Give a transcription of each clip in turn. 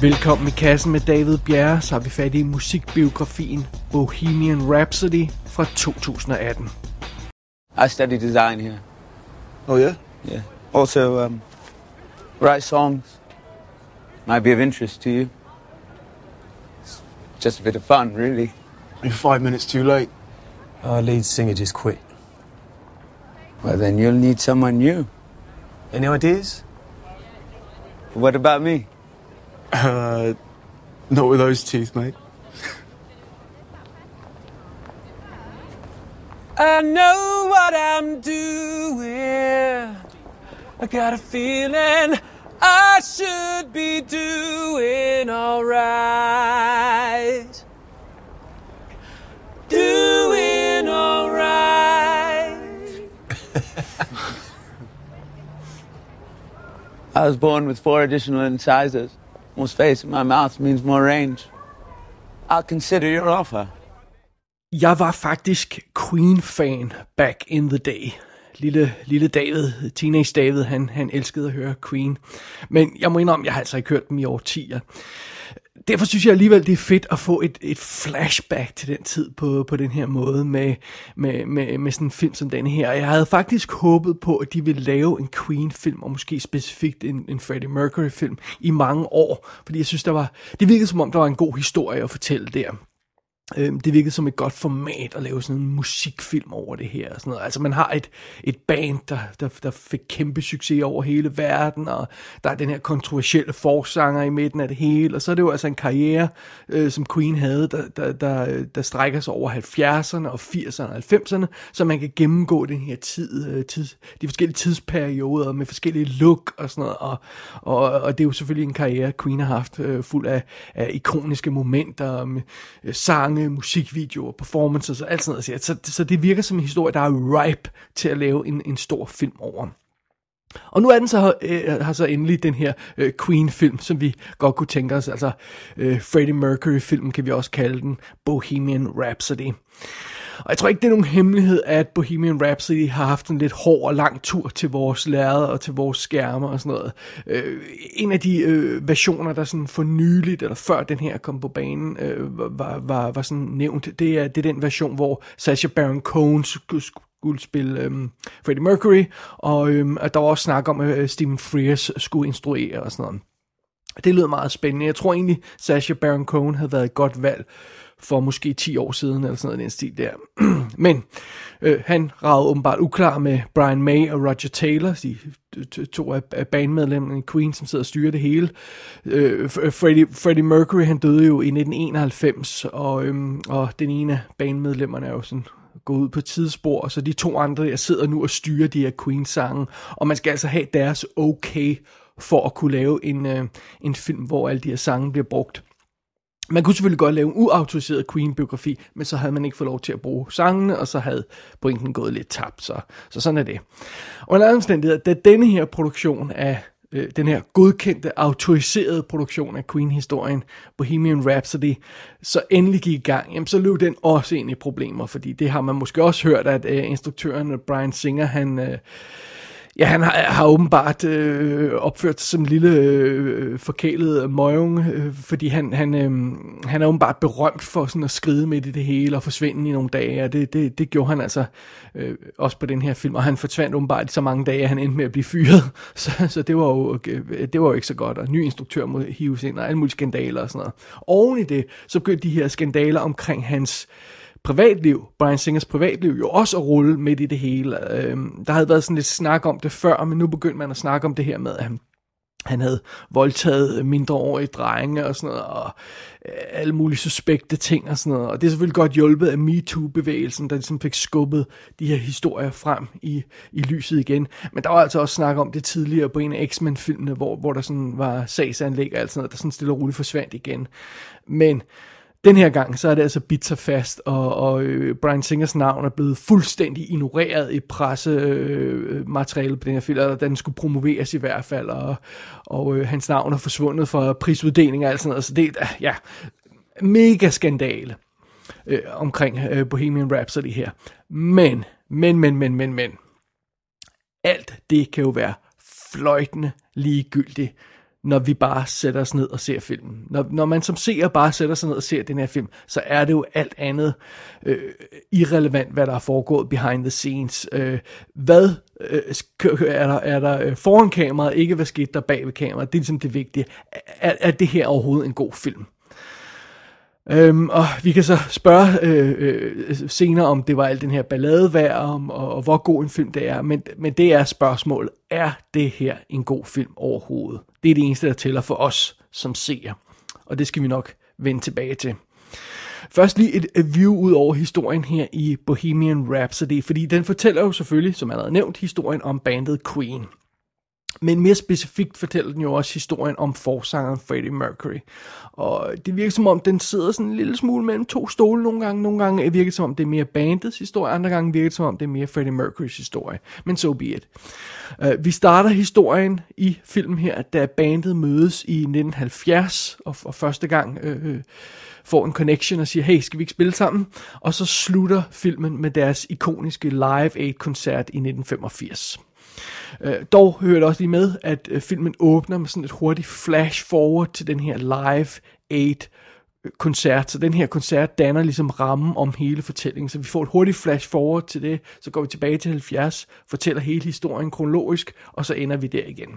Velkommen i kassen med David Bjerre, så har vi fat i musikbiografien Bohemian Rhapsody fra 2018. I study design here. Oh yeah? Yeah. Also, write songs. Might be of interest to you. It's just a bit of fun, really. You're 5 minutes too late. Our lead singer just quit. Well, then you'll need someone new. Any ideas? What about me? Not with those teeth, mate. I know what I'm doing. I got a feeling I should be doing all right. Doing all right. I was born with 4 additional incisors. More space in my mouth means more range. I'll consider your offer. Jeg var faktisk Queen-fan back in the day. Lille David, teenage David, han elskede at høre Queen. Men jeg må indrømme, jeg har altså ikke hørt dem i årtier. Derfor synes jeg alligevel, det er fedt at få et flashback til den tid på den her måde med sådan en film som denne her. Jeg havde faktisk håbet på, at de ville lave en Queen-film, og måske specifikt en Freddie Mercury-film i mange år. Fordi jeg synes, det virkede som om, der var en god historie at fortælle der. Det virkede som et godt format at lave sådan en musikfilm over det her og sådan noget. Altså man har et band, der fik kæmpe succes over hele verden, og der er den her kontroversielle forsanger i midten af det hele, og så er det jo altså en karriere, som Queen havde, der strækker sig over 70'erne og 80'erne og 90'erne, så man kan gennemgå den her de forskellige tidsperioder med forskellige look og sådan noget, og det er jo selvfølgelig en karriere, Queen har haft fuld af ikoniske momenter, med sange, musikvideoer, performances og alt sådan noget. Så det virker som en historie, der er ripe til at lave en stor film over. Og nu er den har så endelig den her Queen-film, som vi godt kunne tænke os. Altså Freddie Mercury-filmen kan vi også kalde den, Bohemian Rhapsody. Og jeg tror ikke, det er nogen hemmelighed, at Bohemian Rhapsody har haft en lidt hård og lang tur til vores lærred og til vores skærme og sådan noget. En af de versioner, der sådan for nyligt, eller før den her kom på banen, var sådan nævnt, det er den version, hvor Sacha Baron Cohen skulle spille Freddie Mercury, og der var også snak om, at Stephen Frears skulle instruere og sådan noget. Det lød meget spændende. Jeg tror egentlig, Sacha Baron Cohen havde været et godt valg for måske 10 år siden, eller sådan noget i den stil der. Men han ragede åbenbart uklar med Brian May og Roger Taylor, de to af bandmedlemmerne i Queen, som sidder og styrer det hele. Freddie Mercury, han døde jo i 1991, og den ene af bandmedlemmerne er jo sådan gået ud på tidsspor, og så de 2 andre, der sidder nu og styrer de her Queen-sange, og man skal altså have deres okay for at kunne lave en film, hvor alle de her sange bliver brugt. Man kunne selvfølgelig godt lave en uautoriseret Queen-biografi, men så havde man ikke fået lov til at bruge sangene, og så havde pointen gået lidt tabt, så sådan er det. Og en anden omstændighed, da denne her produktion af den her godkendte, autoriserede produktion af Queen-historien, Bohemian Rhapsody, så endelig gik i gang, jamen så løb den også ind i problemer, fordi det har man måske også hørt, at instruktøren Bryan Singer, han har åbenbart opført sig som en lille forkælet møgung, fordi han er åbenbart berømt for sådan at skride midt i det hele og forsvinde i nogle dage, og det gjorde han altså også på den her film, og han forsvandt åbenbart i så mange dage, at han endte med at blive fyret, så det var jo ikke så godt, og ny instruktør må hives ind, og alle mulige skandaler og sådan noget. Oven i det, så begyndte de her skandaler omkring hans privatliv, Bryan Singers privatliv, jo også at rulle midt i det hele. Der havde været sådan lidt snak om det før, men nu begyndte man at snakke om det her med, at han havde voldtaget mindreårige drenge og sådan noget, og alle mulige suspekte ting og sådan noget. Og det er selvfølgelig godt hjulpet af MeToo-bevægelsen, der ligesom fik skubbet de her historier frem i lyset igen. Men der var altså også snak om det tidligere på en af X-Men-filmene, hvor der sådan var sagsanlæg og alt sådan noget, der sådan stille og roligt forsvandt igen. Men den her gang, så er det altså bidt sig fast, og Bryan Singers navn er blevet fuldstændig ignoreret i pressematerialet på den her film, eller den skulle promoveres i hvert fald, og hans navn er forsvundet fra prisuddeling og alt sådan noget, så det er, ja, mega skandale omkring Bohemian Rhapsody her. Men, alt det kan jo være fløjtende ligegyldigt, når vi bare sætter os ned og ser filmen. Når man som seer bare sætter sig ned og ser den her film, så er det jo alt andet irrelevant, hvad der er foregået behind the scenes. Hvad er der foran kameraet, ikke hvad skete der bag ved kameraet. Det er ligesom det vigtige. Er det her overhovedet en god film? Og vi kan så spørge senere, om det var alt den her ballade værd, og hvor god en film det er. Men det er spørgsmålet, er det her en god film overhovedet? Det er det eneste, der tæller for os som seere. Og det skal vi nok vende tilbage til. Først lige et view ud over historien her i Bohemian Rhapsody, fordi den fortæller jo selvfølgelig, som jeg havde nævnt, historien om bandet Queen. Men mere specifikt fortæller den jo også historien om forsangeren Freddie Mercury. Og det virker som om, den sidder sådan en lille smule mellem to stole nogle gange. Nogle gange virker det som om, det er mere bandets historie, andre gange virker det som om, det er mere Freddie Mercurys historie. Men so be it. Vi starter historien i filmen her, da bandet mødes i 1970, og første gang får en connection og siger, hey, skal vi ikke spille sammen? Og så slutter filmen med deres ikoniske Live Aid-koncert i 1985. Dog hører det også lige med, at filmen åbner med sådan et hurtigt flash forward til den her Live Aid-koncert. Så den her koncert danner ligesom rammen om hele fortællingen. Så vi får et hurtigt flash forward til det, så går vi tilbage til 70, fortæller hele historien kronologisk, og så ender vi der igen.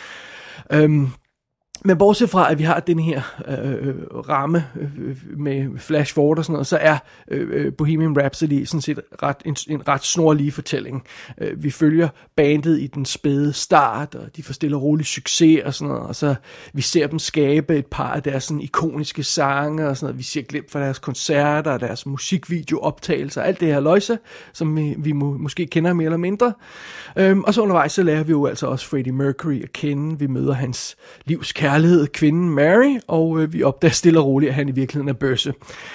Men bortset fra, at vi har den her ramme med flash forward og sådan noget, så er Bohemian Rhapsody sådan set en ret snorlige fortælling. Vi følger bandet i den spæde start, og de får stille og rolig succes og sådan noget, og så vi ser dem skabe et par af deres sådan ikoniske sange og sådan noget. Vi ser glimt fra deres koncerter og deres musikvideooptagelser, alt det her løjse, som vi måske kender mere eller mindre. Og så undervejs så lærer vi jo altså også Freddie Mercury at kende. Vi møder hans livs kærlighed, kvinden Mary, og vi opdager stille og roligt, at han i virkeligheden er bøsse.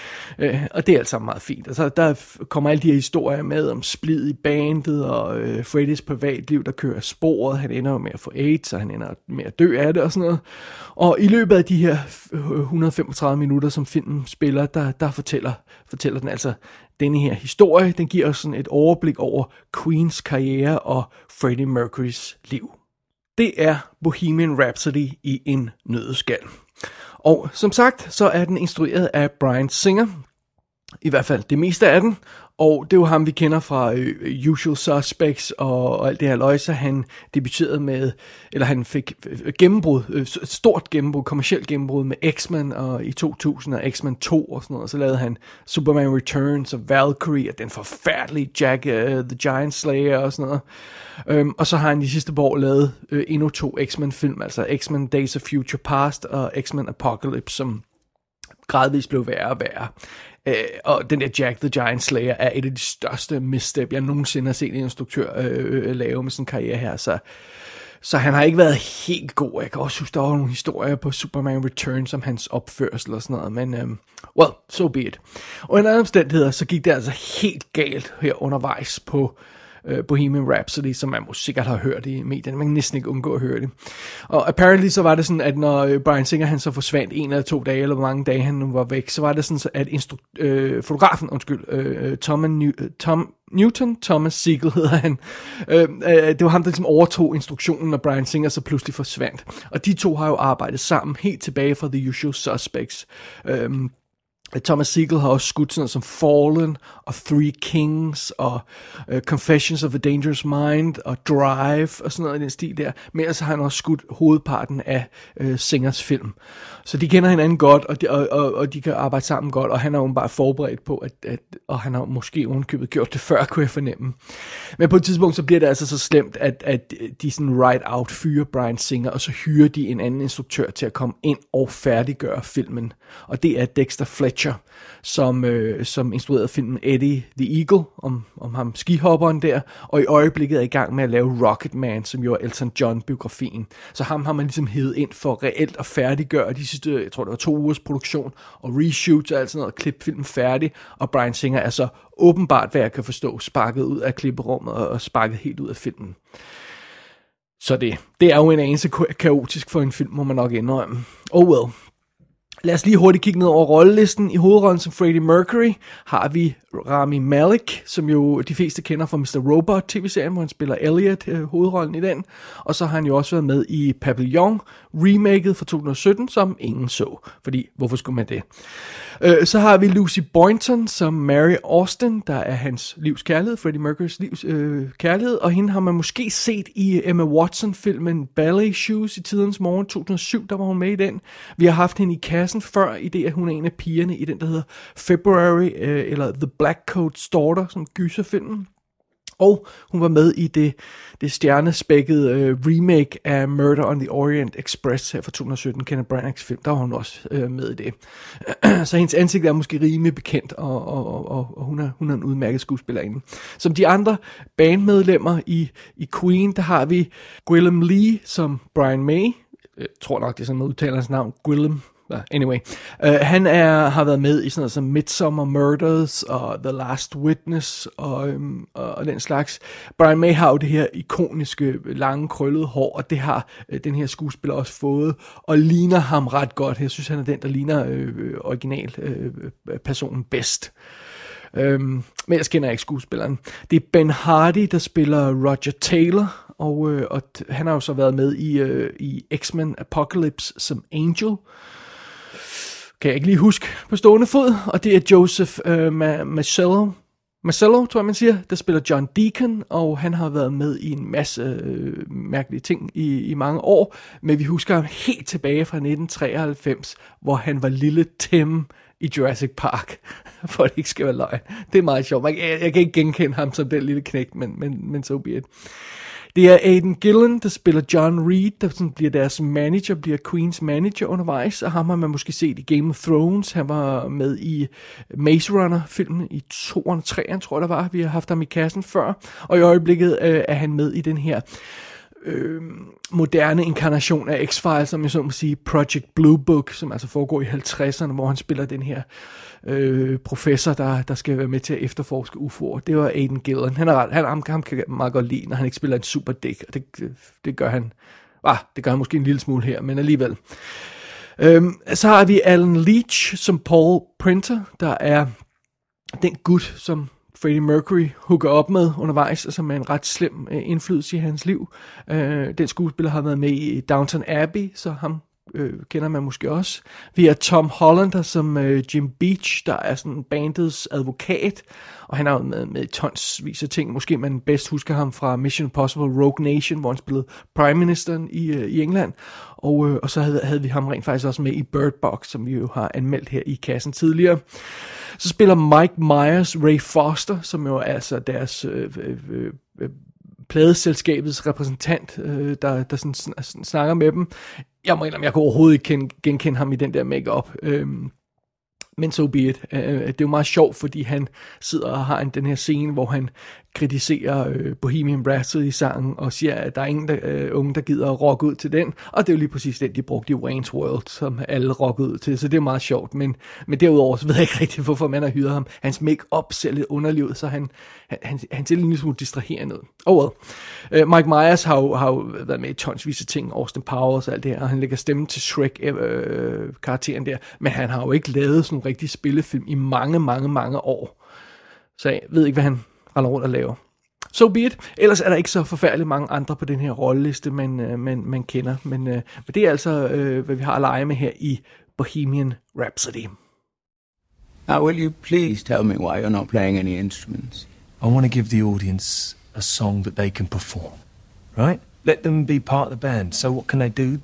Og det er alt sammen meget fint. Altså, der kommer alle de her historier med om splid i bandet, og Freddys privatliv, der kører sporet. Han ender jo med at få AIDS, og han ender med at dø af det og sådan noget. Og i løbet af de her 135 minutter, som filmen spiller, der fortæller den altså denne her historie. Den giver os sådan et overblik over Queens karriere og Freddie Mercurys liv. Det er Bohemian Rhapsody i en nøddeskal. Og som sagt, så er den instrueret af Bryan Singer. I hvert fald det meste af den. Og det er jo ham, vi kender fra Usual Suspects og alt det her løjse. Han debuterede med, eller han fik gennembrud, stort gennembrud, kommercielt gennembrud med X-Men og i 2000 og X-Men 2 og sådan noget. Så lavede han Superman Returns og Valkyrie og den forfærdelige Jack the Giant Slayer og sådan noget. Og så har han de sidste år lavet endnu 2 X-Men film, altså X-Men Days of Future Past og X-Men Apocalypse, som gradvist blev værre og værre. Og den der Jack the Giant Slayer er et af de største misstep, jeg nogensinde har set en instruktør lave med sådan en karriere her. Så han har ikke været helt god. Jeg kan også huske, der var nogle historier på Superman Returns om hans opførsel og sådan noget. Men, well, so be it. Og en anden omstændighed, så gik det altså helt galt her undervejs på Bohemian Rhapsody, som man måske sikkert har hørt i medierne. Man kan næsten ikke undgå at høre det. Og apparently så var det sådan, at når Bryan Singer han så forsvandt 1 eller 2 dage, eller hvor mange dage han nu var væk, så var det sådan, at fotografen, Thomas Siegel hedder han, det var ham, der ligesom overtog instruktionen, når Bryan Singer så pludselig forsvandt. Og de to har jo arbejdet sammen helt tilbage fra The Usual Suspects. Thomas Siegel har også skudt sådan noget som Fallen og Three Kings og Confessions of a Dangerous Mind og Drive og sådan noget i den stil der. Men ellers har han også skudt hovedparten af Singers film. Så de kender hinanden godt, og de kan arbejde sammen godt, og han er jo bare forberedt på, og han har måske ovenkøbet gjort det før, kunne jeg fornemme. Men på et tidspunkt, så bliver det altså så slemt, at de sådan right out fyrer Bryan Singer, og så hyrer de en anden instruktør til at komme ind og færdiggøre filmen. Og det er Dexter Fletcher, som instruerede filmen Eddie the Eagle, om ham skihopperen der, og i øjeblikket er i gang med at lave Rocketman, som jo er Elton John-biografien. Så ham har man ligesom hævet ind for reelt at færdiggøre de sidste, jeg tror det var 2 ugers produktion, og reshoots og alt sådan noget, og klippe filmen færdig, og Bryan Singer er så åbenbart, hvad jeg kan forstå, sparket ud af klipperummet og sparket helt ud af filmen. Så det er jo en anelse kaotisk for en film, må man nok indrømme. Oh well. Lad os lige hurtigt kigge ned over rollelisten. I hovedrollen som Freddie Mercury har vi Rami Malek, som jo de fleste kender fra Mr. Robot tv-serien, hvor han spiller Elliot, hovedrollen i den. Og så har han jo også været med i Papillon, remaket fra 2017, som ingen så. Fordi, hvorfor skulle man det? Så har vi Lucy Boynton som Mary Austin, der er hans livs kærlighed, Freddie Mercurys livs kærlighed. Og hende har man måske set i Emma Watson-filmen Ballet Shoes i tidernes morgen 2007, der var hun med i den. Vi har haft hende i kassen før, i det at hun er en af pigerne i den, der hedder February, eller The Black Coat's Daughter, som gyserfilmen. Og hun var med i det stjernespækkede remake af Murder on the Orient Express her fra 2017, Kenneth Branaghs film. Der var hun også med i det. Så hendes ansigt er måske rimelig bekendt, og hun er en udmærket skuespillerinde. Som de andre bandmedlemmer i Queen, der har vi Gwilym Lee som Brian May. Jeg tror nok, det er sådan, man udtaler hans navn. Gwilym. Anyway, han har været med i sådan noget som Midsommar Murders og The Last Witness og den slags. Brian May har jo det her ikoniske, lange, krøllede hår, og det har den her skuespiller også fået, og ligner ham ret godt. Jeg synes, han er den, der ligner original personen bedst. Men jeg kender ikke skuespilleren. Det er Ben Hardy, der spiller Roger Taylor, og han har jo så været med i X-Men Apocalypse som Angel. Kan jeg ikke lige huske på stående fod. Og det er Joseph Marcello, tror jeg man siger, der spiller John Deacon, og han har været med i en masse mærkelige ting i mange år, men vi husker ham helt tilbage fra 1993, hvor han var lille Tim i Jurassic Park, for det ikke skal være løgn. Det er meget sjovt. Jeg kan ikke genkende ham som den lille knægt, men so be it. Det er Aidan Gillen, der spiller John Reed, der sådan bliver deres manager, bliver Queens manager undervejs, og ham har man måske set i Game of Thrones. Han var med i Maze Runner-filmen i 2'eren og 3'eren, tror jeg der var. Vi har haft ham i kassen før, og i øjeblikket er han med i den her moderne inkarnation af X-Files, som jeg så må sige, Project Blue Book, som altså foregår i 50'erne, hvor han spiller den her professor, der skal være med til at efterforske UFO'er. Det var Aidan Gillen. Han kan meget godt lide, når han ikke spiller en super dick, og det gør han. Det gør han måske en lille smule her, men alligevel. Så har vi Alan Leach som Paul Printer, der er den gut, som Freddie Mercury hooker op med undervejs, og som er en ret slem indflydelse i hans liv. Den skuespiller har været med i Downton Abbey, så ham kender man måske også. Vi har Tom Hollander som Jim Beach, der er sådan bandets advokat, og han har jo med tonsvis af ting. Måske man bedst husker ham fra Mission Impossible Rogue Nation, hvor han spillede Prime Ministeren i England. Og så havde vi ham rent faktisk også med i Bird Box, som vi jo har anmeldt her i kassen tidligere. Så spiller Mike Myers Ray Foster, som jo er altså deres pladeselskabets repræsentant, der sådan snakker med dem. Jeg må indrømme, jeg kunne overhovedet ikke genkende ham i den der make-up. Men so be it. Det er jo meget sjovt, fordi han sidder og har den her scene, hvor han kritiserer Bohemian Rhapsody-sangen og siger, at der er ingen unge, der gider at rocke ud til den. Og det er jo lige præcis den, de brugte i Wayne's World, som alle rockede ud til. Så det er meget sjovt. Men derudover, så ved jeg ikke rigtig, hvorfor man har hyret ham. Hans make-up ser lidt underlig ud, så han ser lidt smule distraherende ud. Mike Myers har jo været med i tonsvis af ting, Austin Powers og alt det her, og han lægger stemme til Shrek-karakteren der. Men han har jo ikke lavet sådan en rigtig spillefilm i mange, mange, mange år. Så jeg ved ikke, hvad han render rundt og laver. So be it. Ellers er der ikke så forfærdeligt mange andre på den her rolleliste, man kender. Men det er altså, hvad vi har at lege med her i Bohemian Rhapsody. Now, will you please tell me why you're not playing any instruments? I want to give the audience a song that they can perform, right? Let them be part of the band. So what can they do?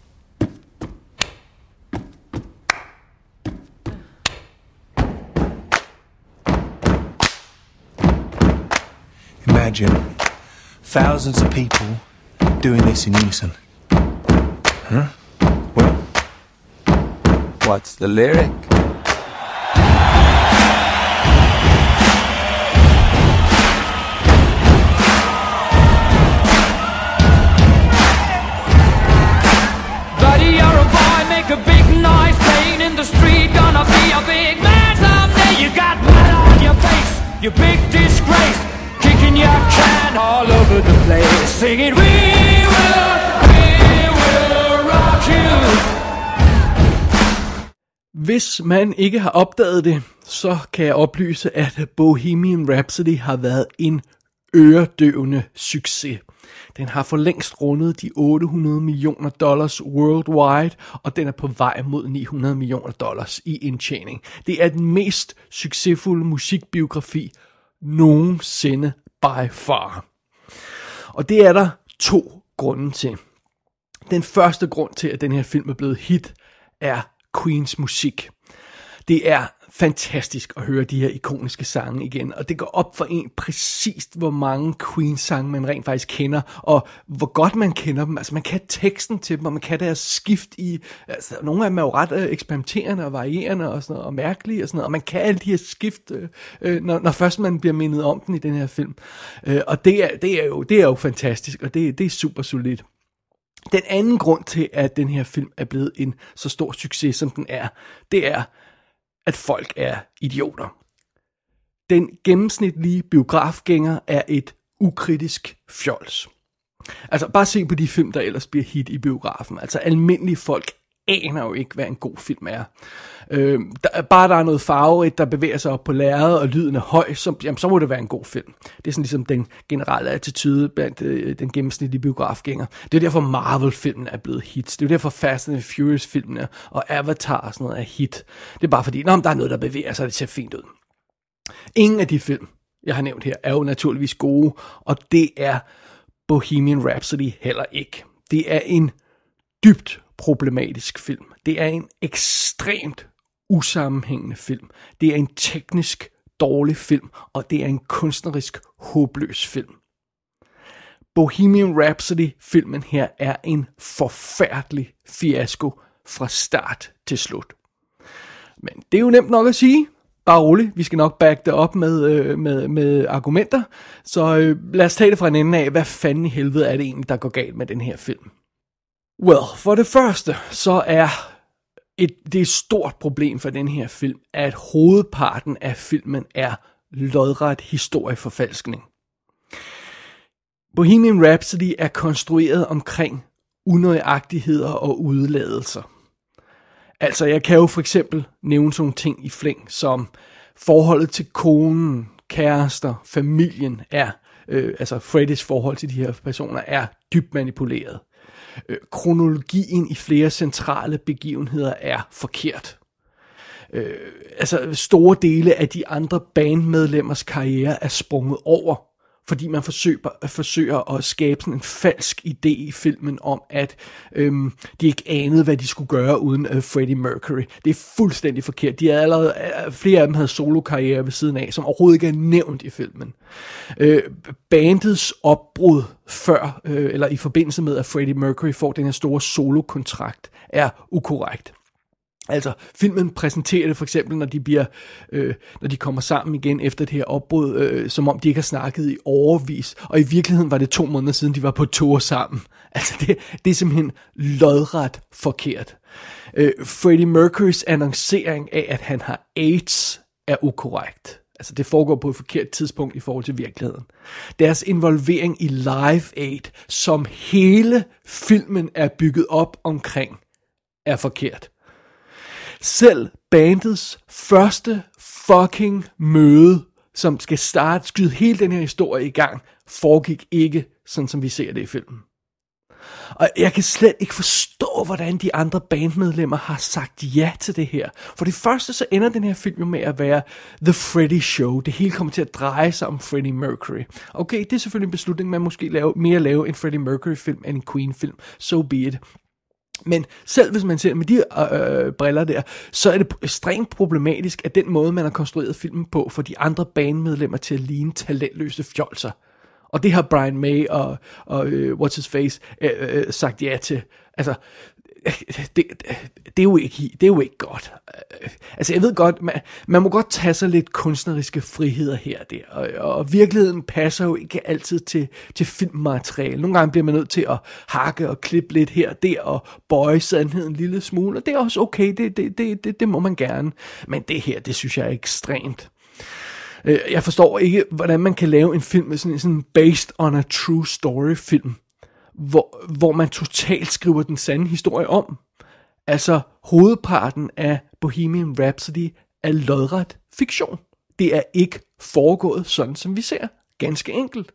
Imagine thousands of people doing this in unison. Huh? Well, What's the lyric? Buddy, you're a boy, make a big noise, playing in the street, gonna be a big man someday. You got mud on your face, you big disgrace, kicking your can all over the place, singing we will rock you. Hvis man ikke har opdaget det, så kan jeg oplyse, at Bohemian Rhapsody har været en øredøvende succes. Den har for længst rundet de $800 million worldwide, og den er på vej mod $900 million i indtjening. Det er den mest succesfulde musikbiografi nogensinde by far. Og det er der 2 grunde til. Den første grund til, at den her film er blevet hit, er Queens musik. Det er fantastisk at høre de her ikoniske sange igen, og det går op for en præcist, hvor mange Queen-sange man rent faktisk kender, og hvor godt man kender dem. Altså man kan teksten til dem, og man kan deres skift i, altså nogle af dem er jo ret eksperimenterende og varierende og sådan noget, og mærkelige og sådan noget, og man kan alle de her skift, når først man bliver mindet om den i den her film. Og det er jo fantastisk, og det er super solidt. Den anden grund til, at den her film er blevet en så stor succes, som den er, det er, at folk er idioter. Den gennemsnitlige biografgænger er et ukritisk fjols. Altså bare se på de film, der ellers bliver hit i biografen. Altså almindelige folk aner jo ikke, hvad en god film er. Bare der er noget farverigt, der bevæger sig op på lærredet, og lyden er høj, så må det være en god film. Det er sådan ligesom den generelle attitude blandt den gennemsnitlige biografgænger. Det er derfor Marvel-filmen er blevet hits. Det er derfor Fast and Furious-filmene og Avatar og sådan noget er hit. Det er bare fordi, der er noget, der bevæger sig, og det ser fint ud. Ingen af de film, jeg har nævnt her, er jo naturligvis gode, og det er Bohemian Rhapsody heller ikke. Det er en dybt problematisk film. Det er en ekstremt usammenhængende film. Det er en teknisk dårlig film, og det er en kunstnerisk håbløs film. Bohemian Rhapsody-filmen her er en forfærdelig fiasko fra start til slut. Men det er jo nemt nok at sige. Bare rolig, vi skal nok back det op med argumenter. Så lad os tage det fra en ende af, hvad fanden i helvede er det egentlig, der går galt med den her film. Well, for det første, så er det er et stort problem for den her film, at hovedparten af filmen er lodret historieforfalskning. Bohemian Rhapsody er konstrueret omkring unøjagtigheder og udladelser. Altså, jeg kan jo for eksempel nævne sådan ting i flæng, som forholdet til konen, kærester, familien er, altså Freddys forhold til de her personer er dybt manipuleret. Kronologien i flere centrale begivenheder er forkert. Altså store dele af de andre bandmedlemmers karriere er sprunget over, fordi man forsøger at skabe sådan en falsk idé i filmen om, at de ikke anede, hvad de skulle gøre uden Freddie Mercury. Det er fuldstændig forkert. De havde allerede, flere af dem havde solokarriere ved siden af, som overhovedet ikke er nævnt i filmen. Bandets opbrud før, eller i forbindelse med, at Freddie Mercury får den her store solokontrakt, er ukorrekt. Altså, filmen præsenterer det for eksempel, når de kommer sammen igen efter det her opbrud, som om de ikke har snakket i årevis, og i virkeligheden var det 2 måneder siden, de var på tur sammen. Altså, det er simpelthen lodret forkert. Freddie Mercurys annoncering af, at han har AIDS, er ukorrekt. Altså, det foregår på et forkert tidspunkt i forhold til virkeligheden. Deres involvering i Live Aid, som hele filmen er bygget op omkring, er forkert. Selv bandets første fucking møde, som skal skyde hele den her historie i gang, foregik ikke sådan, som vi ser det i filmen. Og jeg kan slet ikke forstå, hvordan de andre bandmedlemmer har sagt ja til det her. For det første så ender den her film jo med at være The Freddie Show. Det hele kommer til at dreje sig om Freddie Mercury. Okay, det er selvfølgelig en beslutning, man måske lave en Freddie Mercury-film end en Queen-film. So be it. Men selv hvis man ser med de briller der, så er det ekstremt problematisk, at den måde, man har konstrueret filmen på, for de andre bandmedlemmer til at ligne talentløse fjolser. Og det har Brian May og What's His Face sagt ja til. Altså, det er jo ikke godt. Altså, jeg ved godt, man må godt tage sig lidt kunstneriske friheder her og der, og virkeligheden passer jo ikke altid til filmmateriale. Nogle gange bliver man nødt til at hakke og klippe lidt her og der, og bøje sandheden en lille smule, og det er også okay, det må man gerne. Men det her, det synes jeg er ekstremt. Jeg forstår ikke, hvordan man kan lave en film med sådan en based on a true story film, hvor man totalt skriver den sande historie om. Altså, hovedparten af Bohemian Rhapsody er lodret fiktion. Det er ikke foregået sådan, som vi ser. Ganske enkelt.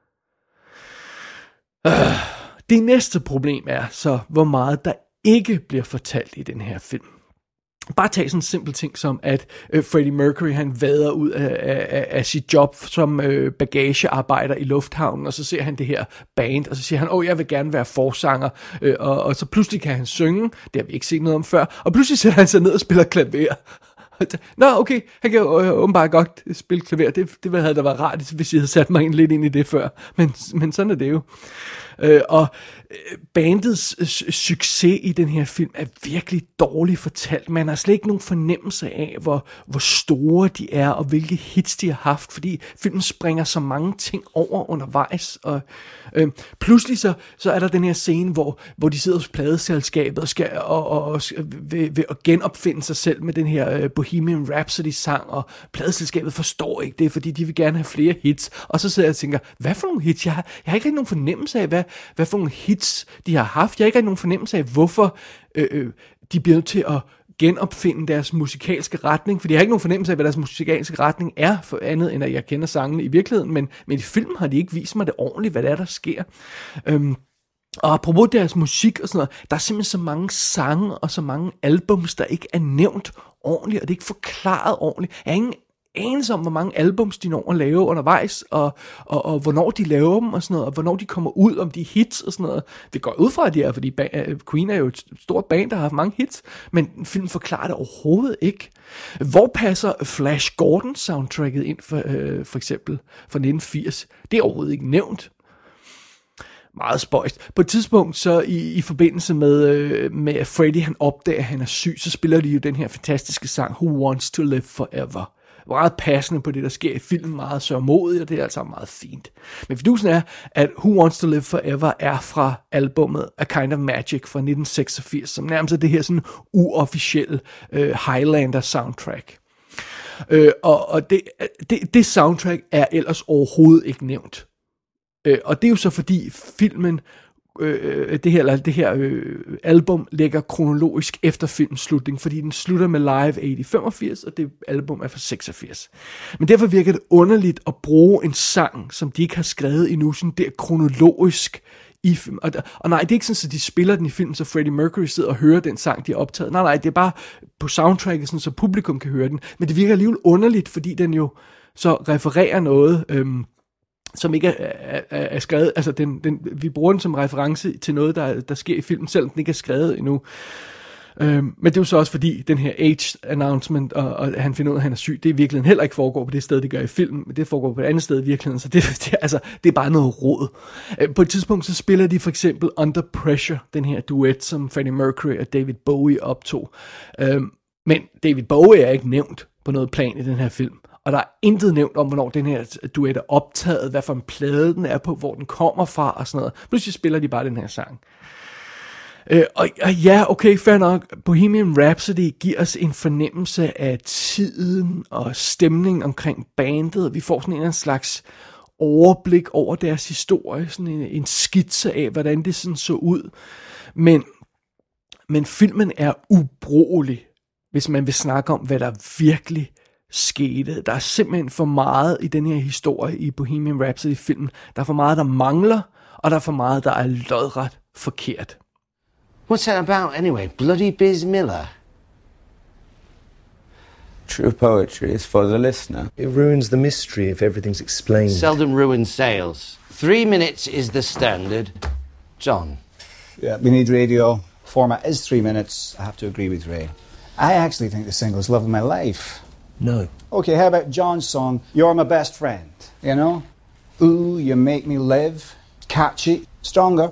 Det næste problem er så, hvor meget der ikke bliver fortalt i den her film. Bare tag sådan en simpel ting som, at Freddie Mercury, han vader ud af sit job som bagagearbejder i lufthavnen, og så ser han det her band, og så siger han, jeg vil gerne være forsanger, og så pludselig kan han synge, det har vi ikke set noget om før, og pludselig sætter han sig ned og spiller klaver. Nå, okay, han kan jo åbenbart godt spille klaver. Det havde da været rart, hvis jeg havde sat mig lidt ind i det før. Men sådan er det jo. Og bandets succes i den her film er virkelig dårligt fortalt. Man har slet ikke nogen fornemmelse af, hvor store de er, og hvilke hits de har haft, fordi filmen springer så mange ting over undervejs. Og pludselig så er der den her scene, hvor de sidder hos pladeselskabet og skal ved at genopfinde sig selv med den her Bohemian Rhapsody-sang, og pladeselskabet forstår ikke det, fordi de vil gerne have flere hits. Og så sidder jeg og tænker, hvad for nogle hits? Jeg har ikke rigtig nogen fornemmelse af, hvad for nogle hits de har haft. Jeg har ikke rigtig nogen fornemmelse af, hvorfor de bliver nødt til at genopfinde deres musikalske retning, fordi jeg har ikke nogen fornemmelse af, hvad deres musikalske retning er, for andet end at jeg kender sangene i virkeligheden, men i filmen har de ikke vist mig det ordentligt, hvad det er, der sker. Og apropos deres musik og sådan noget, der er simpelthen så mange sange og så mange albums, der ikke er nævnt ordentligt, og det er ikke forklaret ordentligt. Jeg har ingen anelse om, hvor mange albums de når at lave undervejs, og hvornår de laver dem og sådan noget, og hvornår de kommer ud, om de hits og sådan noget. Det går ud fra, at de er, fordi Queen er jo et stort band, der har haft mange hits, men filmen forklarer det overhovedet ikke. Hvor passer Flash Gordon soundtracket ind for eksempel fra 1980? Det er overhovedet ikke nævnt. Meget spøjst. På et tidspunkt, så i forbindelse med at Freddie han opdager, at han er syg, så spiller de jo den her fantastiske sang, Who Wants to Live Forever. Meget passende på det, der sker i filmen, meget sørgmodigt, og det er altså meget fint. Men fidusen er, at Who Wants to Live Forever er fra albumet A Kind of Magic fra 1986, som nærmest er det her sådan uofficielle Highlander soundtrack. Og det soundtrack er ellers overhovedet ikke nævnt. Og det er jo så fordi filmen, det her album ligger kronologisk efter filmens slutning, fordi den slutter med Live 85, og det album er fra 86. Men derfor virker det underligt at bruge en sang, som de ikke har skrevet endnu, sådan der kronologisk i film. Og nej, det er ikke sådan, at de spiller den i filmen, så Freddie Mercury sidder og hører den sang, de har optaget. Nej, det er bare på soundtracket, sådan, så publikum kan høre den. Men det virker alligevel underligt, fordi den jo så refererer noget, som ikke er skrevet, altså vi bruger den som reference til noget, der sker i filmen, selvom den ikke er skrevet endnu. Men det er jo så også fordi, den her age-announcement, og han finder ud af, at han er syg, det i virkeligheden heller ikke foregår på det sted, det gør i filmen, men det foregår på et andet sted i virkeligheden, så det er bare noget rod. På et tidspunkt, så spiller de for eksempel Under Pressure, den her duet, som Freddie Mercury og David Bowie optog. Men David Bowie er ikke nævnt på noget plan i den her film. Og der er intet nævnt om, hvornår den her duet er optaget, hvad for en plade den er på, hvor den kommer fra og sådan noget. Pludselig spiller de bare den her sang. Og ja, okay, fair nok. Bohemian Rhapsody giver os en fornemmelse af tiden og stemningen omkring bandet. Vi får sådan en eller anden slags overblik over deres historie, sådan en skitse af, hvordan det sådan så ud. Men filmen er ubrugelig, hvis man vil snakke om, hvad der virkelig skete. Der er simpelthen for meget i den her historie i Bohemian Rhapsody-filmen. Der er for meget, der mangler, og der er for meget, der er lodret forkert. What's that about anyway? Bloody Biz Miller? True poetry is for the listener. It ruins the mystery if everything's explained. Seldom ruins sales. 3 minutes is the standard. John? Yeah, we need radio. Format is 3 minutes. I have to agree with Ray. I actually think the single's Love of My Life. No. Okay, how about John's song, You're My Best Friend? You know? Ooh, you make me live. Catchy. Stronger.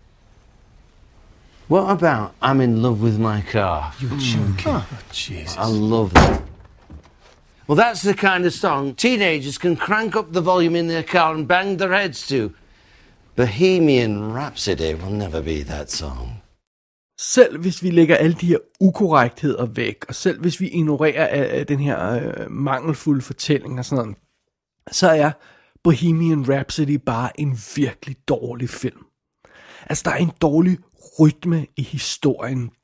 What about I'm in love with my car? You're joking. Oh, Jesus. I love that. Well, that's the kind of song teenagers can crank up the volume in their car and bang their heads to. Bohemian Rhapsody will never be that song. Selv hvis vi lægger alle de her ukorrektheder væk, og selv hvis vi ignorerer den her mangelfulde fortælling og sådan noget, så er Bohemian Rhapsody bare en virkelig dårlig film. Altså, der er en dårlig rytme i historien.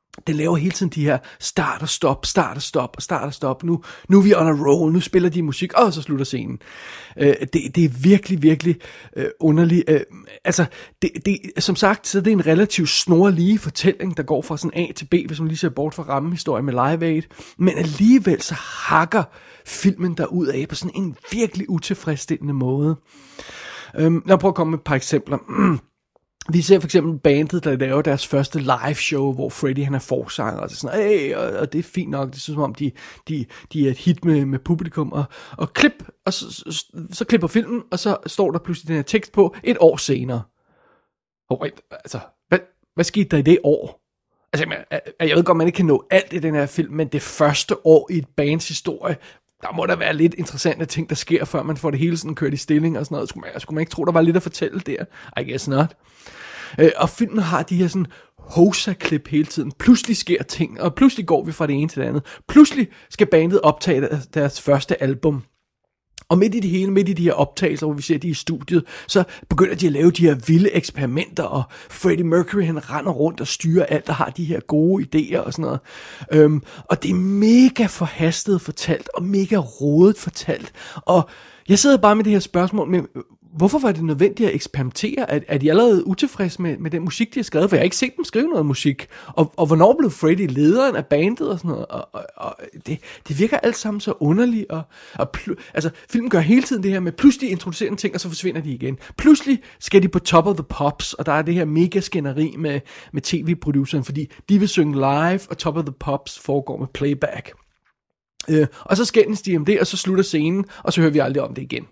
Den laver hele tiden de her start og stop, start og stop, og start og stop. Nu er vi on a roll, nu spiller de musik, og så slutter scenen. Det er virkelig, virkelig underligt. Altså, som sagt, så er det en relativt snorlige fortælling, der går fra sådan A til B, hvis man lige ser bort fra rammehistorien med Live Aid. Men alligevel så hakker filmen derud af på sådan en virkelig utilfredsstillende måde. Lad mig prøve at komme med et par eksempler. Vi ser for eksempel bandet, der laver deres første live show, hvor Freddie han er forsanger, og det er sådan, hey, og det er fint nok, det er som om de er et hit med publikum, og klip, og så klipper filmen, og så står der pludselig den her tekst på, et år senere. Altså, hvad skete der i det år? Altså, jeg ved godt, man ikke kan nå alt i den her film, men det første år i et bands historie, der må der være lidt interessante ting, der sker, før man får det hele sådan kørt i stilling og sådan noget. Skulle man ikke tro, der var lidt at fortælle der? I guess not. Og filmen har de her sådan hosa-klip hele tiden. Pludselig sker ting, og pludselig går vi fra det ene til det andet. Pludselig skal bandet optage deres første album. Og midt i det hele, midt i de her optagelser, hvor vi ser de i studiet, så begynder de at lave de her vilde eksperimenter, og Freddie Mercury, han render rundt og styrer alt, og har de her gode idéer og sådan noget. Og det er mega forhastet fortalt, og mega rodet fortalt. Og jeg sidder bare med det her spørgsmål med, hvorfor var det nødvendigt at eksperimentere? Er de allerede utilfredse med den musik, de har skrevet? For jeg har ikke set dem skrive noget musik. Og hvornår blev Freddie lederen af bandet og sådan noget? Og det virker alt sammen så underligt. Altså, filmen gør hele tiden det her med, pludselig introducerer en ting, og så forsvinder de igen. Pludselig skal de på Top of the Pops, og der er det her mega skænderi med tv-produceren, fordi de vil synge live, og Top of the Pops foregår med playback. Og så skændes de om det, og så slutter scenen, og så hører vi aldrig om det igen.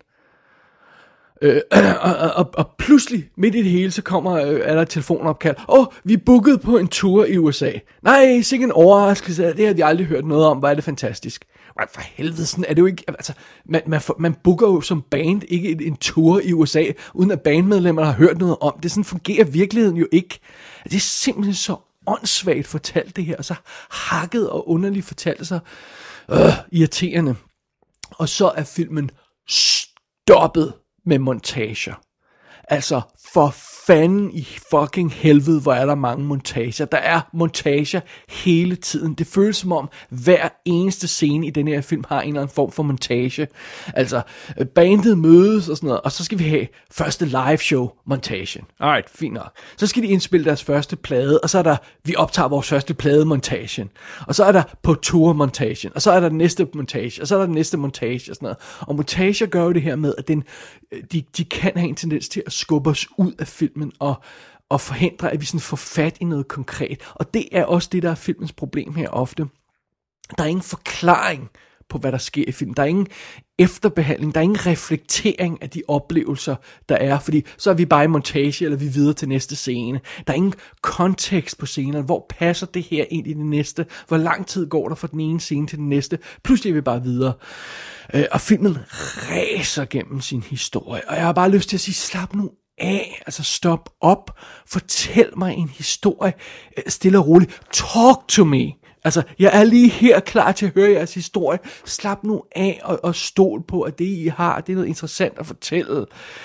Og pludselig, midt i det hele, så er der et telefonopkald. Vi er booket på en tur i USA. Nej, sikke en overraskelse. Det har de aldrig hørt noget om. Hvor er det fantastisk. For helvede, sådan er det jo ikke. Altså, man booker jo som band ikke en tur i USA, uden at bandmedlemmerne har hørt noget om det. Sådan fungerer virkeligheden jo ikke. Det er simpelthen så åndssvagt fortalt det her, og så hakket og underligt fortalt, så irriterende. Og så er filmen stoppet med montager. Altså, for fanden i fucking helvede, hvor er der mange montager. Der er montager hele tiden. Det føles som om, hver eneste scene i den her film har en eller anden form for montage. Altså, bandet mødes og sådan noget, og så skal vi have første live show montagen. Alright, fint nok. Så skal de indspille deres første plade, og så er der, vi optager vores første plade montagen. Og så er der på tour montagen, og så er der den næste montage, og så er der den næste montage og sådan noget. Og montager gør jo det her med, at de kan have en tendens til at skubbe os ud af filmen og forhindre, at vi sådan får fat i noget konkret. Og det er også det, der er filmens problem her ofte. Der er ingen forklaring på, hvad der sker i filmen. Der er ingen efterbehandling, der er ingen reflektering af de oplevelser, der er, fordi så er vi bare i montage, eller vi er videre til næste scene. Der er ingen kontekst på scenerne. Hvor passer det her ind i det næste? Hvor lang tid går der fra den ene scene til den næste? Pludselig er vi bare videre. Og filmen ræser gennem sin historie, og jeg har bare lyst til at sige, slap nu af, altså stop op, fortæl mig en historie, stille og roligt, talk to me. Altså, jeg er lige her klar til at høre jeres historie. Slap nu af og stol på, at det I har, det er noget interessant at fortælle.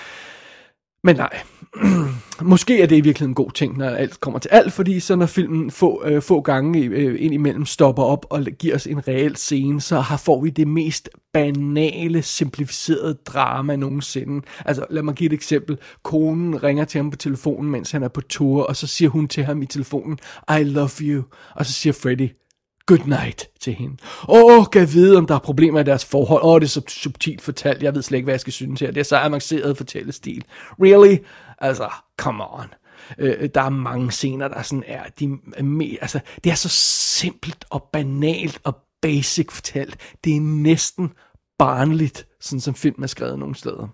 Men nej, måske er det i virkeligheden en god ting, når alt kommer til alt, fordi så når filmen få gange indimellem stopper op og giver os en reel scene, så får vi det mest banale, simplificerede drama nogensinde. Altså, lad mig give et eksempel. Konen ringer til ham på telefonen, mens han er på tur, og så siger hun til ham i telefonen, I love you, og så siger Freddie, good night til hende. Kan jeg vide, om der er problemer i deres forhold? Det er så subtilt fortalt, jeg ved slet ikke, hvad jeg skal synes her. Det er så avanceret fortællestil. Really? Altså, come on. Der er mange scener, der sådan er, det er så simpelt og banalt og basic fortalt. Det er næsten barnligt, sådan som film er skrevet nogle steder.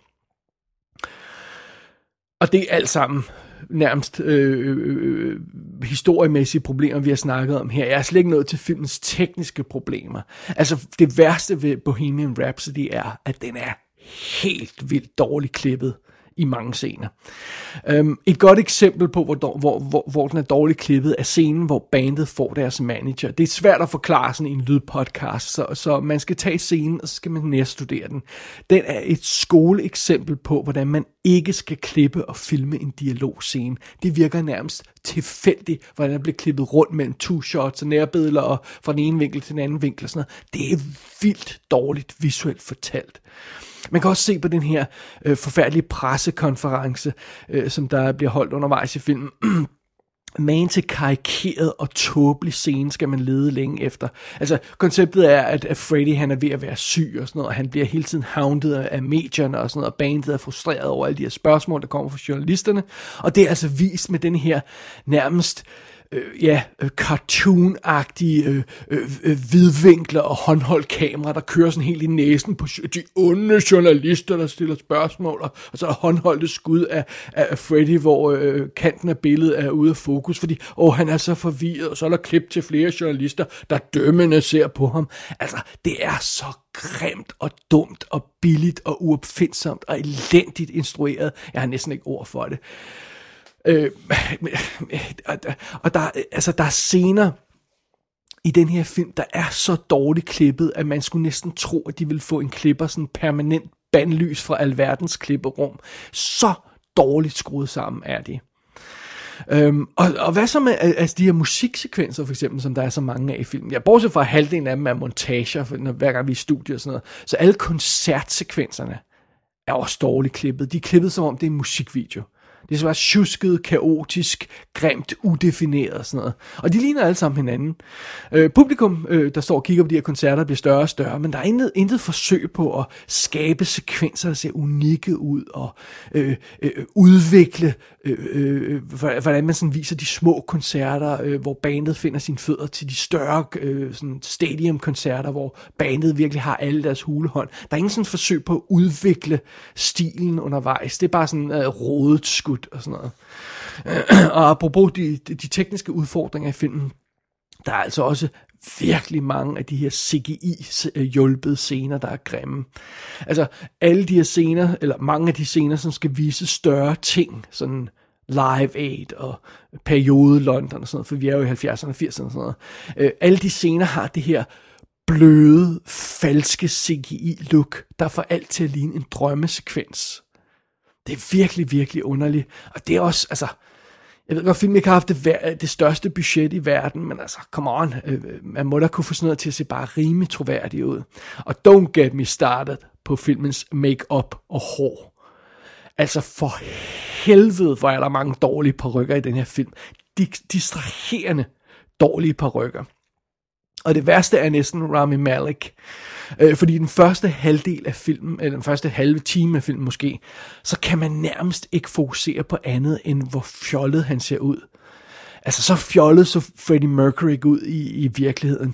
Og det er alt sammen nærmest historiemæssige problemer, vi har snakket om her. Jeg er slet ikke nået til filmens tekniske problemer. Altså, det værste ved Bohemian Rhapsody er, at den er helt vildt dårligt klippet. i mange scener. Et godt eksempel på, hvor den er dårligt klippet, er scenen, hvor bandet får deres manager. Det er svært at forklare sådan i en lydpodcast, så man skal tage scenen, og så skal man nærstudere den. Den er et skoleeksempel på, hvordan man ikke skal klippe og filme en dialogscene. Det virker nærmest tilfældigt, hvordan der bliver klippet rundt mellem two shots og nærbilleder og fra den ene vinkel til den anden vinkel og sådan noget. Det er vildt dårligt visuelt fortalt. Man kan også se på den her forfærdelige pressekonference, som der bliver holdt undervejs i filmen. Man til karikeret og tåbelig scene skal man lede længe efter. Altså, konceptet er, at Freddy han er ved at være syg og sådan noget, og han bliver hele tiden houndet af medierne og sådan noget, og bandet er frustreret over alle de her spørgsmål, der kommer fra journalisterne. Og det er altså vist med den her nærmest cartoon-agtige vidvinkler og håndholdt kamera, der kører sådan helt i næsen på de onde journalister, der stiller spørgsmål, og så er håndholdte skud af Freddy, hvor kanten af billedet er ude af fokus, fordi han er så forvirret, og så er der klip til flere journalister, der dømmende ser på ham. Altså, det er så grimt og dumt og billigt og uopfindsomt og elendigt instrueret. Jeg har næsten ikke ord for det. Og der er scener i den her film, der er så dårligt klippet, at man skulle næsten tro, at de ville få en klipper sådan permanent bandlys fra alverdens klipperum. Så dårligt skruet sammen er de. Og hvad så med altså de her musiksekvenser for eksempel, som der er så mange af i filmen? Jeg bortset fra halvdelen af dem er montager, hver gang vi er i studiet og sådan noget. Så alle koncertsekvenserne er også dårligt klippet. De er klippet som om det er en musikvideo. Det er så bare tjusket, kaotisk, grimt, udefineret og sådan noget. Og de ligner alle sammen hinanden. Publikum, der står og kigger på de her koncerter, bliver større og større, men der er intet forsøg på at skabe sekvenser, der ser unikke ud, og udvikle, hvordan man sådan viser de små koncerter, hvor bandet finder sine fødder, til de større sådan stadiumkoncerter, hvor bandet virkelig har alle deres hulehånd. Der er ingen sådan forsøg på at udvikle stilen undervejs. Det er bare sådan rodet skud og sådan noget. Og apropos de tekniske udfordringer i filmen, der er altså også virkelig mange af de her CGI-hjulpede scener, der er grimme. Altså, alle de her scener, eller mange af de scener, som skal vise større ting, sådan Live Aid og periode London og sådan noget, for vi er jo i 70'erne og 80'erne og sådan noget. Alle de scener har det her bløde, falske CGI-look, der får alt til at ligne en drømmesekvens. Det er virkelig, virkelig underligt. Og det er også, altså, jeg ved godt, filmen ikke har haft det største budget i verden, men altså, come on, man må da kunne få sådan noget til at se bare rimelig troværdigt ud. Og don't get me started på filmens make-up og hår. Altså, for helvede, hvor er der mange dårlige parykker i den her film. Distraherende dårlige parykker. Og det værste er næsten Rami Malek. Fordi den første halvdel af filmen, eller den første halve time af filmen måske, så kan man nærmest ikke fokusere på andet, end hvor fjollet han ser ud. Altså så fjollet så Freddie Mercury ud i virkeligheden.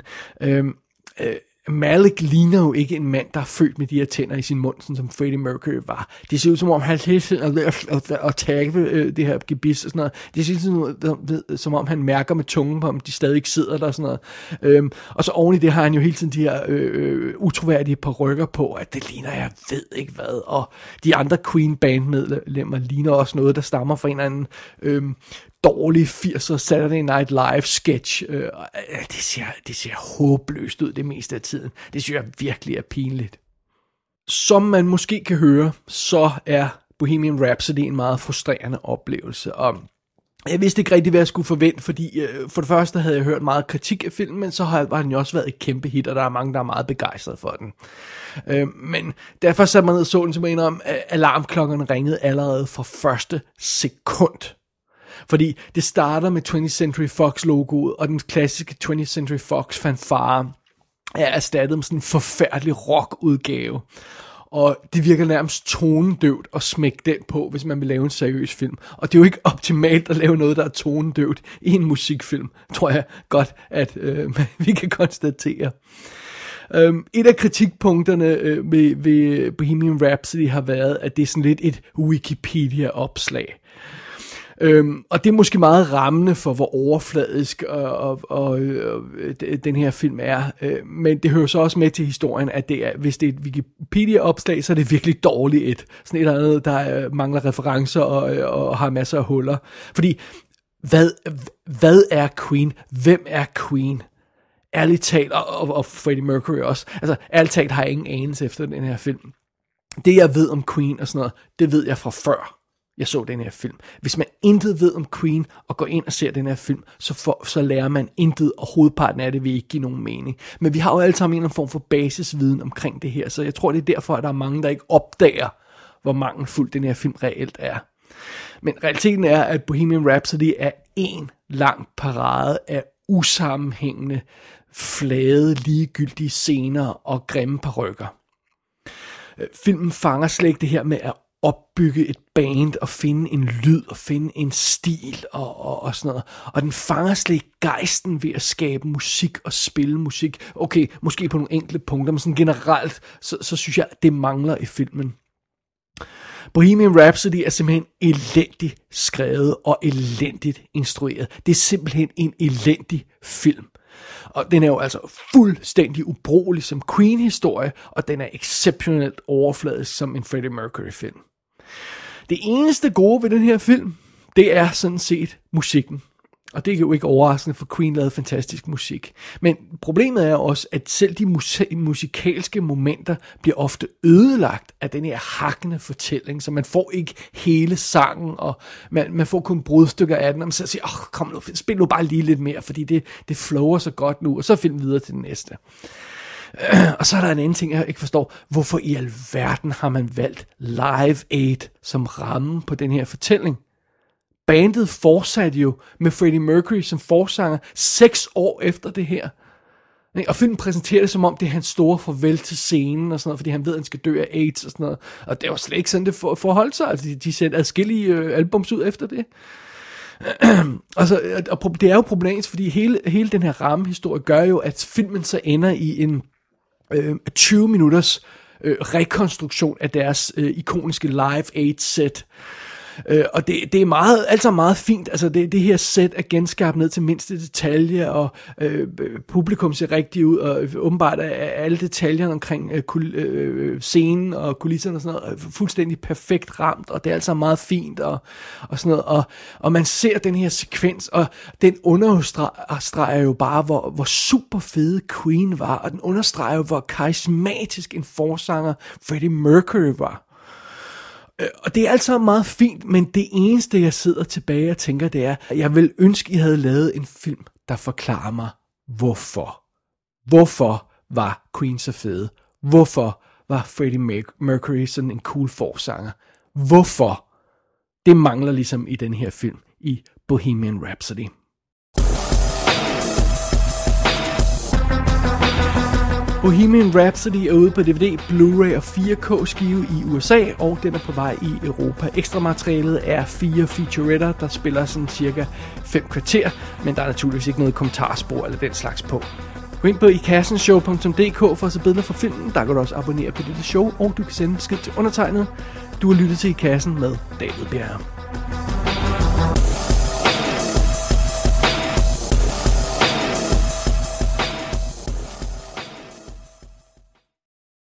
Malik ligner jo ikke en mand, der er født med de her tænder i sin mund, sådan som Freddie Mercury var. Det ser ud som om, han hele tiden er ved at tagge det her gebis og sådan noget. Det ser ud som om, han mærker med tungen på, om de stadig ikke sidder der og sådan noget. Og så oven i det har han jo hele tiden de her utroværdige parykker på, at det ligner, jeg ved ikke hvad. Og de andre Queen bandmedlemmer ligner også noget, der stammer fra en eller anden dårlig 80'er Saturday Night Live sketch. Det ser håbløst ud det meste af tiden. Det synes jeg virkelig er pinligt. Som man måske kan høre, så er Bohemian Rhapsody en meget frustrerende oplevelse. Og jeg vidste ikke rigtig, hvad jeg skulle forvente, fordi for det første havde jeg hørt meget kritik af filmen, men så har den jo også været et kæmpe hit, og der er mange, der er meget begejstrede for den. Men derfor satte man ned og så den, så man om, at alarmklokkerne ringede allerede fra første sekund. Fordi det starter med 20th Century Fox logoet, og den klassiske 20th Century Fox fanfare er erstattet med sådan en forfærdelig rock-udgave. Og det virker nærmest tonedøvt at smække den på, hvis man vil lave en seriøs film. Og det er jo ikke optimalt at lave noget, der er tonedøvt i en musikfilm, tror jeg godt, at vi kan konstatere. Et af kritikpunkterne ved Bohemian Rhapsody har været, at det er sådan lidt et Wikipedia-opslag. Og det er måske meget rammende for, hvor overfladisk og den her film er. Men det hører så også med til historien, at det er, hvis det er et Wikipedia-opslag, så er det virkelig dårligt sådan et eller andet, der mangler referencer og har masser af huller. Fordi, hvad er Queen? Hvem er Queen? Ærligt talt, og Freddie Mercury også. Altså, ærligt talt har jeg ingen anelse efter den her film. Det, jeg ved om Queen og sådan noget, det ved jeg fra før jeg så den her film. Hvis man intet ved om Queen og går ind og ser den her film, så lærer man intet, og hovedparten af det vil ikke give nogen mening. Men vi har jo alle sammen en form for basisviden omkring det her, så jeg tror, det er derfor, at der er mange, der ikke opdager, hvor mangelfuld den her film reelt er. Men realiteten er, at Bohemian Rhapsody er en lang parade af usammenhængende, flade, ligegyldige scener og grimme parykker. Filmen fanger slet ikke det her med at opbygge et band og finde en lyd og finde en stil og sådan noget. Og den fanger slet ikke gejsten ved at skabe musik og spille musik. Okay, måske på nogle enkelte punkter, men sådan generelt, så synes jeg, det mangler i filmen. Bohemian Rhapsody er simpelthen elendigt skrevet og elendigt instrueret. Det er simpelthen en elendig film. Og den er jo altså fuldstændig ubrugelig som Queen-historie, og den er exceptionelt overfladisk som en Freddie Mercury-film. Det eneste gode ved den her film, det er sådan set musikken. Og det er jo ikke overraskende, for Queen lavede fantastisk musik. Men problemet er også, at selv de musikalske momenter bliver ofte ødelagt af den her hakkende fortælling, så man får ikke hele sangen, og man får kun brudstykker af den, og man så siger, kom nu, spil nu bare lige lidt mere, fordi det flower så godt nu, og så find videre til den næste. Og så er der en anden ting, jeg ikke forstår. Hvorfor i alverden har man valgt Live Aid som ramme på den her fortælling? Bandet fortsatte jo med Freddie Mercury som forsanger 6 år efter det her. Og filmen præsenterer det som om, det er hans store farvel til scenen og sådan noget, fordi han ved, at han skal dø af AIDS og sådan noget. Og det var slet ikke sådan, det forholdt sig. Altså, de sendte adskillige albums ud efter det. Og det er jo problematisk, fordi hele den her rammehistorie gør jo, at filmen så ender i en 20 minutters rekonstruktion af deres ikoniske Live Aid-sæt. Og det er meget, altså meget fint. Altså det her sæt er genskabt ned til mindste detalje, og publikum ser rigtigt ud, og åbenbart er alle detaljerne omkring scenen og kulisserne og sådan noget fuldstændig perfekt ramt, og det er altså meget fint og sådan noget. Og man ser den her sekvens, og den understreger jo bare, hvor super fede Queen var, og den understreger jo, hvor karismatisk en forsanger Freddie Mercury var. Og det er altså meget fint, men det eneste, jeg sidder tilbage og tænker, det er, at jeg vil ønske, I havde lavet en film, der forklarer mig, hvorfor. Hvorfor var Queen så fede? Hvorfor var Freddie Mercury sådan en cool forsanger? Hvorfor? Det mangler ligesom i den her film, i Bohemian Rhapsody. Bohemian Rhapsody er ude på DVD, Blu-ray og 4K skive i USA, og den er på vej i Europa. Ekstra materialet er 4 featuretter, der spiller sådan cirka 5 kvarter, men der er naturligvis ikke noget kommentarspor eller den slags på. Gå ind på ikassenshow.dk for at se billeder fra filmen. Der kan du også abonnere på dette show, og du kan sende besked til undertegnet. Du har lyttet til I Kassen med David Bjerre.